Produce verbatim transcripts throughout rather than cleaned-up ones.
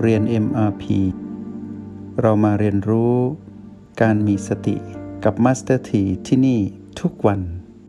เรียน เอ็ม อาร์ พี เรามาเรียนรู้การมีสติกับ Master T ที่นี่ทุกวัน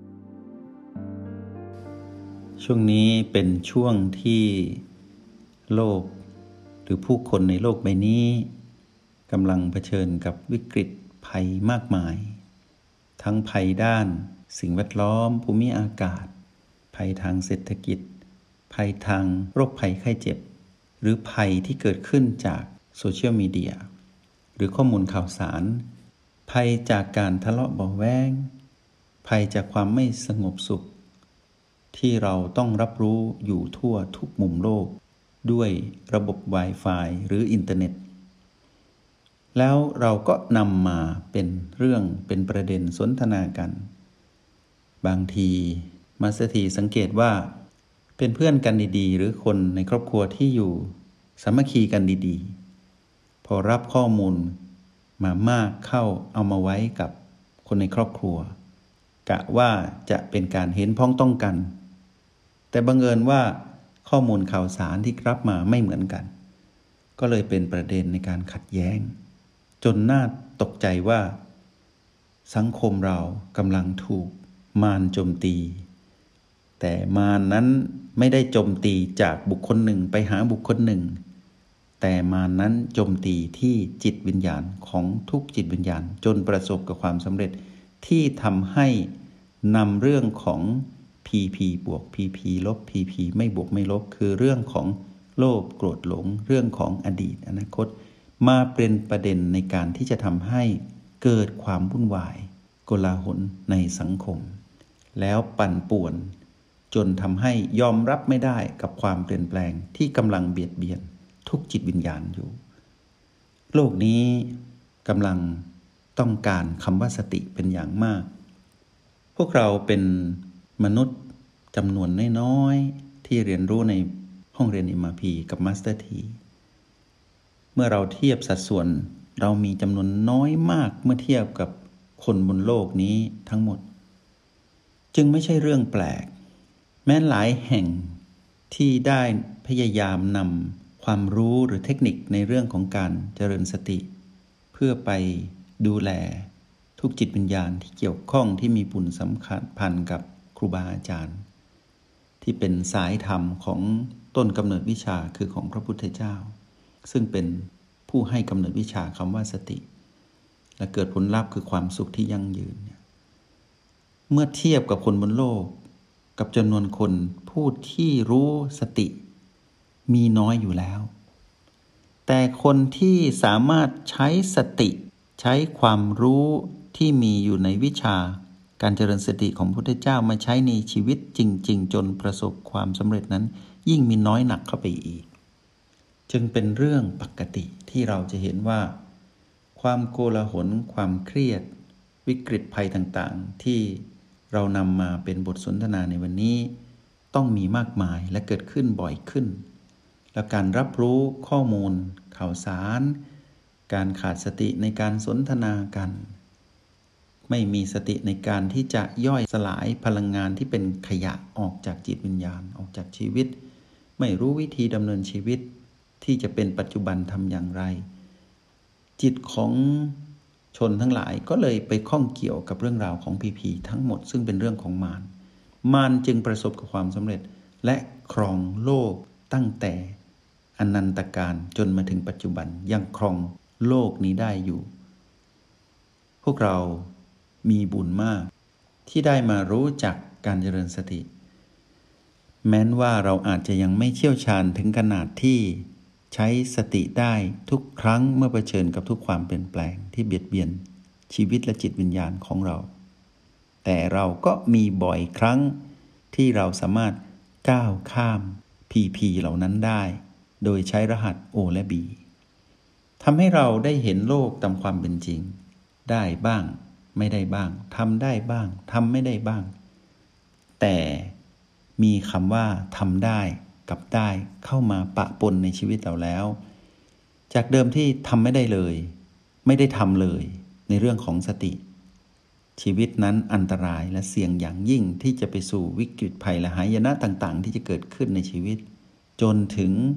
ช่วงนี้เป็นช่วงที่โลกหรือผู้คนในโลกใบนี้กำลังเผชิญกับวิกฤตภัยมากมายทั้งภัยด้านสิ่งแวดล้อมภูมิอากาศภัยทางเศรษฐกิจภัยทางโรคภัยไข้เจ็บหรือภัยที่เกิดขึ้นจากโซเชียลมีเดียหรือข้อมูลข่าวสารภัยจากการทะเลาะเบาะแว้งภัยจากความไม่สงบสุขที่เราต้องรับรู้อยู่ทั่วทุกมุมโลกด้วยระบบ Wi-Fi หรืออินเทอร์เน็ตแล้วเราก็นำมาเป็นเรื่องเป็นประเด็นสนทนากันบางทีมาสเตอร์ทีสังเกตว่าเป็นเพื่อนกันดีๆหรือคนในครอบครัวที่อยู่สามัคคีกันดีๆพอรับข้อมูลมามากเข้าเอามาไว้กับคนในครอบครัวกะว่าจะเป็นการเห็นพ้องต้องกันแต่บังเอิญว่าข้อมูลข่าวสารที่รับมาไม่เหมือนกันก็เลยเป็นประเด็นในการขัดแย้งจนน่าตกใจว่าสังคมเรากำลังถูกมารโจมตีแต่มารนั้นไม่ได้โจมตีจากบุคคลหนึ่งไปหาบุคคลหนึ่งแต่มารนั้นโจมตีที่จิตวิญญาณของทุกจิตวิญญาณจนประสบกับความสำเร็จที่ทำให้นำเรื่องของ พี พี บวก พี พี ลบ พี พี ไม่บวกไม่ลบคือเรื่องของโลภโกรธหลงเรื่องของอดีตอนาคตมาเป็นประเด็นในการที่จะทำให้เกิดความวุ่นวายโกลาหลในสังคมแล้วปั่นป่วนจนทำให้ยอมรับไม่ได้กับความเปลี่ยนแปลงที่กำลังเบียดเบียนทุกจิตวิญญาณอยู่โลกนี้กำลังต้องการคำว่าสติเป็นอย่างมากพวกเราเป็นมนุษย์จำนวนน้อยๆที่เรียนรู้ในห้องเรียน เอ็ม อาร์ พี กับ Master T เมื่อเราเทียบสัดส่วนเรามีจำนวนน้อยมากเมื่อเทียบกับคนบนโลกนี้ทั้งหมดจึงไม่ใช่เรื่องแปลกแม้หลายแห่งที่ได้พยายามนำความรู้หรือเทคนิคในเรื่องของการเจริญสติเพื่อไปดูแลทุกจิตวิญญาณที่เกี่ยวข้องที่มีบุญสำคัญพันกับครูบาอาจารย์ที่เป็นสายธรรมของต้นกำเนิดวิชาคือของพระพุทธเจ้าซึ่งเป็นผู้ให้กำเนิดวิชาคำว่าสติและเกิดผลลัพธ์คือความสุขที่ยั่งยืนเมื่อเทียบกับคนบนโลกกับจำนวนคนผู้ที่รู้สติมีน้อยอยู่แล้วแต่คนที่สามารถใช้สติใช้ความรู้ที่มีอยู่ในวิชาการเจริญสติของพระพุทธเจ้ามาใช้ในชีวิตจริงๆจนประสบความสำเร็จนั้นยิ่งมีน้อยหนักเข้าไปอีกจึงเป็นเรื่องปกติที่เราจะเห็นว่าความโกลาหลความเครียดวิกฤตภัยต่างๆที่เรานำมาเป็นบทสนทนาในวันนี้ต้องมีมากมายและเกิดขึ้นบ่อยขึ้นและการรับรู้ข้อมูลข่าวสารการขาดสติในการสนทนากันไม่มีสติในการที่จะย่อยสลายพลังงานที่เป็นขยะออกจากจิตวิญญาณออกจากชีวิตไม่รู้วิธีดำเนินชีวิตที่จะเป็นปัจจุบันทำอย่างไรจิตของชนทั้งหลายก็เลยไปข้องเกี่ยวกับเรื่องราวของพีพีทั้งหมดซึ่งเป็นเรื่องของมารมารจึงประสบกับความสำเร็จและครองโลกตั้งแต่อนันตการจนมาถึงปัจจุบันยังครองโลกนี้ได้อยู่พวกเรามีบุญมากที่ได้มารู้จักการเจริญสติแม้นว่าเราอาจจะยังไม่เชี่ยวชาญถึงขนาดที่ใช้สติได้ทุกครั้งเมื่อเผชิญกับทุกความเปลี่ยนแปลงที่เบียดเบียนชีวิตและจิตวิญญาณของเราแต่เราก็มีบ่อยครั้งที่เราสามารถก้าวข้าม พี พี เหล่านั้นได้โดยใช้รหัส O และ B ทำให้เราได้เห็นโลกตามความเป็นจริงได้บ้างไม่ได้บ้างทำได้บ้างทำไม่ได้บ้างแต่มีคำว่าทำได้กับได้เข้ามาปะปนในชีวิตเราแล้วจากเดิมที่ทำไม่ได้เลยไม่ได้ทำเลยในเรื่องของสติชีวิตนั้นอันตรายและเสี่ยงอย่างยิ่งที่จะไปสู่วิกฤตภัยและหายนะต่างๆที่จะเกิดขึ้นในชีวิตจนถึง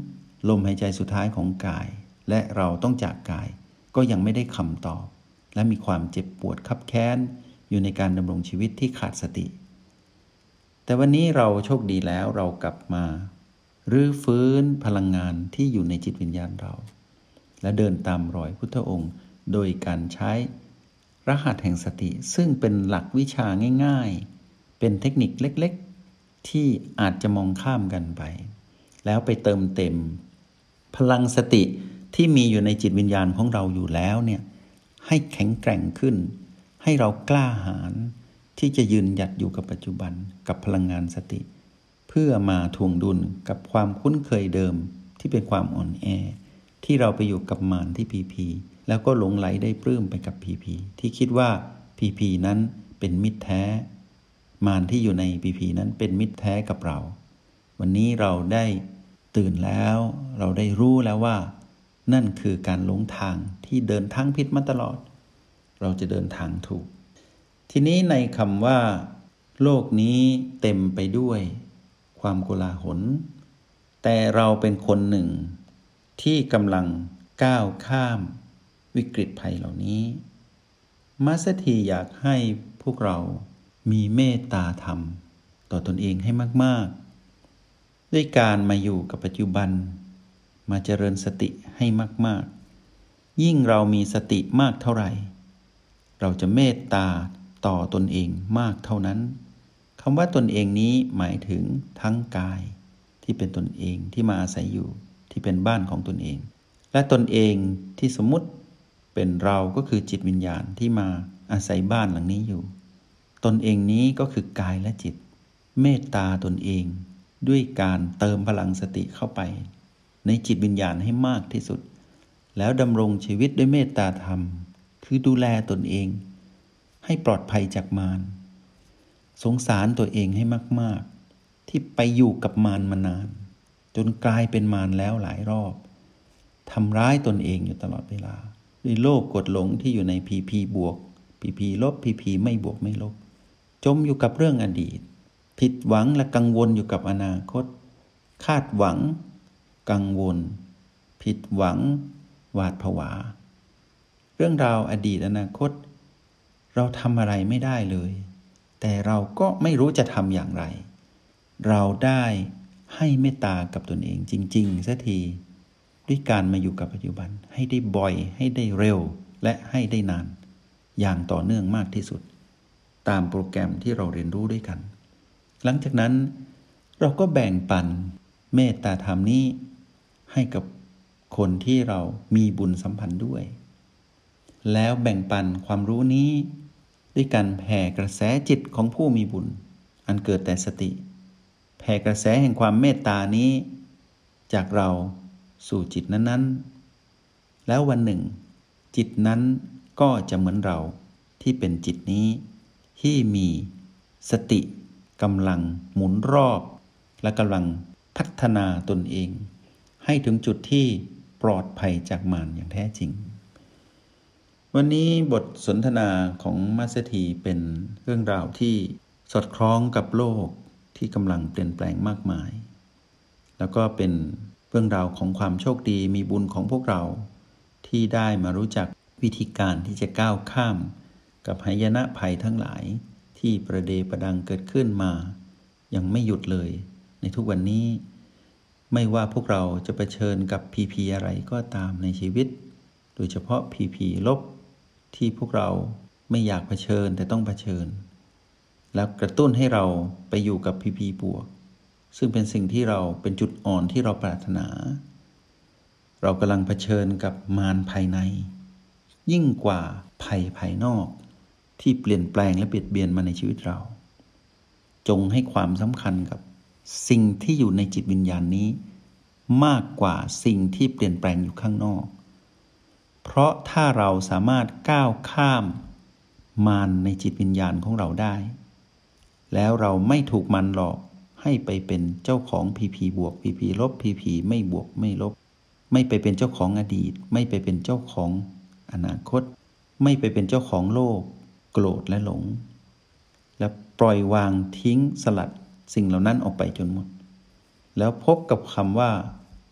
ลมหายใจสุดท้ายของกายและเราต้องจากกายก็ยังไม่ได้คำตอบและมีความเจ็บปวดคับแค้นอยู่ในการดำรงชีวิตที่ขาดสติแต่วันนี้เราโชคดีแล้วเรากลับมารื้อฟื้นพลังงานที่อยู่ในจิตวิญญาณเราและเดินตามรอยพุทธองค์โดยการใช้รหัสแห่งสติซึ่งเป็นหลักวิชาง่ายๆเป็นเทคนิคเล็กๆที่อาจจะมองข้ามกันไปแล้วไปเติมเต็มพลังสติที่มีอยู่ในจิตวิญญาณของเราอยู่แล้วเนี่ยให้แข็งแกร่งขึ้นให้เรากล้าหาญที่จะยืนหยัดอยู่กับปัจจุบันกับพลังงานสติเพื่อมาทวงดุลกับความคุ้นเคยเดิมที่เป็นความอ่อนแอที่เราไปอยู่กับมารที่พีพีแล้วก็หลงไหลได้ปลื้มไปกับพีพีที่คิดว่าพีพีนั้นเป็นมิตรแท้มารที่อยู่ในพีพีนั้นเป็นมิตรแท้กับเราวันนี้เราได้ตื่นแล้วเราได้รู้แล้วว่านั่นคือการหลงทางที่เดินทางผิดมาตลอดเราจะเดินทางถูกทีนี้ในคำว่าโลกนี้เต็มไปด้วยความโกลาหลแต่เราเป็นคนหนึ่งที่กำลังก้าวข้ามวิกฤตภัยเหล่านี้มัสถีอยากให้พวกเรามีเมตตาธรรมต่อตนเองให้มากๆด้วยการมาอยู่กับปัจจุบันมาเจริญสติให้มากๆยิ่งเรามีสติมากเท่าไหร่เราจะเมตตาต่อตนเองมากเท่านั้นคำว่าตนเองนี้หมายถึงทั้งกายที่เป็นตนเองที่มาอาศัยอยู่ที่เป็นบ้านของตนเองและตนเองที่สมมุติเป็นเราก็คือจิตวิญญาณที่มาอาศัยบ้านหลังนี้อยู่ตนเองนี้ก็คือกายและจิตเมตตาตนเองด้วยการเติมพลังสติเข้าไปในจิตวิญญาณให้มากที่สุดแล้วดำรงชีวิตด้วยเมตตาธรรมคือดูแลตนเองให้ปลอดภัยจากมารสงสารตัวเองให้มากๆที่ไปอยู่กับมารมานานจนกลายเป็นมารแล้วหลายรอบทำร้ายตนเองอยู่ตลอดเวลาด้วยโลภกดหลงที่อยู่ในพีพีบวกพีพีลบพีพีไม่บวกไม่ลบจมอยู่กับเรื่องอดีตผิดหวังและกังวลอยู่กับอนาคตคาดหวังกังวลผิดหวังหวาดผวาเรื่องราวอดีตอนาคตเราทำอะไรไม่ได้เลยแต่เราก็ไม่รู้จะทำอย่างไรเราได้ให้เมตตากับตนเองจริงๆสักทีด้วยการมาอยู่กับปัจจุบันให้ได้บ่อยให้ได้เร็วและให้ได้นานอย่างต่อเนื่องมากที่สุดตามโปรแกรมที่เราเรียนรู้ด้วยกันหลังจากนั้นเราก็แบ่งปันเมตตาธรรมนี้ให้กับคนที่เรามีบุญสัมพันธ์ด้วยแล้วแบ่งปันความรู้นี้ด้วยการแผ่กระแสจิตของผู้มีบุญอันเกิดแต่สติแผ่กระแสแห่งความเมตตานี้จากเราสู่จิตนั้นๆแล้ววันหนึ่งจิตนั้นก็จะเหมือนเราที่เป็นจิตนี้ที่มีสติกำลังหมุนรอบและกำลังพัฒนาตนเองให้ถึงจุดที่ปลอดภัยจากมารอย่างแท้จริงวันนี้บทสนทนาของมัสถีเป็นเรื่องราวที่สอดคล้องกับโลกที่กำลังเปลี่ยนแปลงมากมายแล้วก็เป็นเรื่องราวของความโชคดีมีบุญของพวกเราที่ได้มารู้จักวิธีการที่จะก้าวข้ามกับหายนะภัยทั้งหลายที่ประเดประดังเกิดขึ้นมายังไม่หยุดเลยในทุกวันนี้ไม่ว่าพวกเราจะเผชิญกับพีพีอะไรก็ตามในชีวิตโดยเฉพาะพีพีลบที่พวกเราไม่อยากเผชิญแต่ต้องเผชิญแล้วกระตุ้นให้เราไปอยู่กับพีพีบวกซึ่งเป็นสิ่งที่เราเป็นจุดอ่อนที่เราปรารถนาเรากำลังเผชิญกับมารภายในยิ่งกว่าภัยภายนอกที่เปลี่ยนแปลงและเบียดเบียนมาในชีวิตเราจงให้ความสำคัญกับสิ่งที่อยู่ในจิตวิญญาณนี้มากกว่าสิ่งที่เปลี่ยนแปลงอยู่ข้างนอกเพราะถ้าเราสามารถก้าวข้ามมารในจิตวิญญาณของเราได้แล้วเราไม่ถูกมันหลอกให้ไปเป็นเจ้าของพีพีบวกพีพีลบพีพีไม่บวกไม่ลบไม่ไปเป็นเจ้าของอดีตไม่ไปเป็นเจ้าของอนาคตไม่ไปเป็นเจ้าของโลภโกรธและหลงและปล่อยวางทิ้งสลัดสิ่งเหล่านั้นออกไปจนหมดแล้วพบกับคำว่า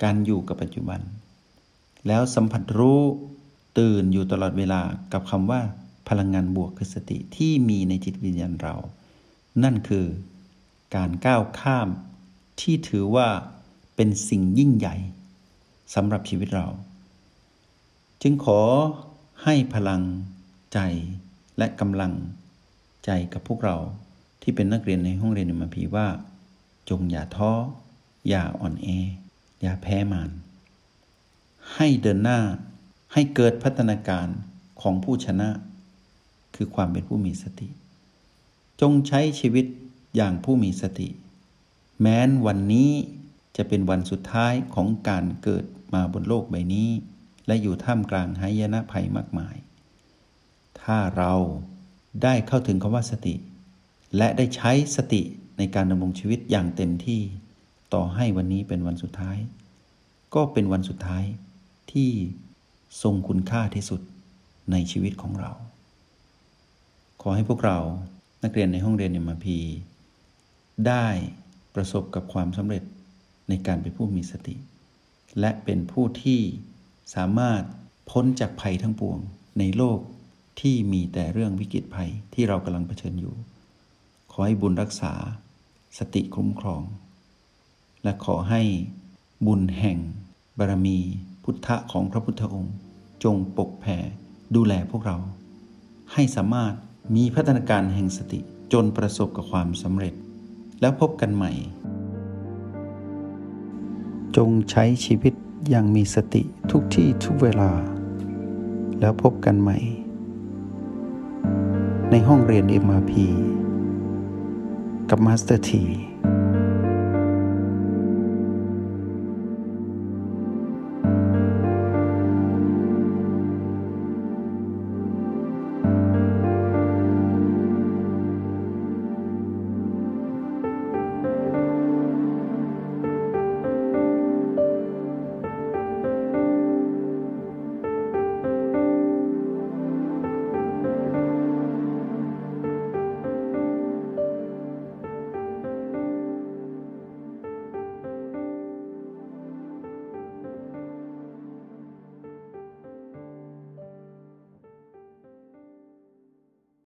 การอยู่กับปัจจุบันแล้วสัมผัสรู้ตื่นอยู่ตลอดเวลากับคำว่าพลังงานบวกคือสติที่มีในจิตวิญญาณเรานั่นคือการก้าวข้ามที่ถือว่าเป็นสิ่งยิ่งใหญ่สำหรับชีวิตเราจึงขอให้พลังใจและกำลังใจกับพวกเราที่เป็นนักเรียนในห้องเรียน เอ็ม อาร์ พี ว่าจงอย่าท้ออย่าอ่อนแออย่าแพ้มารให้เดินหน้าให้เกิดพัฒนาการของผู้ชนะคือความเป็นผู้มีสติจงใช้ชีวิตอย่างผู้มีสติแม้นวันนี้จะเป็นวันสุดท้ายของการเกิดมาบนโลกใบนี้และอยู่ท่ามกลางหายนะภัยมากมายถ้าเราได้เข้าถึงคำว่าสติและได้ใช้สติในการดำรงชีวิตอย่างเต็มที่ต่อให้วันนี้เป็นวันสุดท้ายก็เป็นวันสุดท้ายที่ทรงคุณค่าที่สุดในชีวิตของเราขอให้พวกเรานักเรียนในห้องเรียน เอ็ม อาร์ พี ได้ประสบกับความสำเร็จในการเป็นผู้มีสติและเป็นผู้ที่สามารถพ้นจากภัยทั้งปวงในโลกที่มีแต่เรื่องวิกฤตภัยที่เรากำลังเผชิญอยู่ขอให้บุญรักษาสติคุ้มครองและขอให้บุญแห่งบารมีพุทธะของพระพุทธองค์จงปกแผ่ดูแลพวกเราให้สามารถมีพัฒนาการแห่งสติจนประสบกับความสำเร็จแล้วพบกันใหม่จงใช้ชีวิตอย่างมีสติทุกที่ทุกเวลาแล้วพบกันใหม่ในห้องเรียน เอ็ม อาร์ พี กับมาสเตอร์ที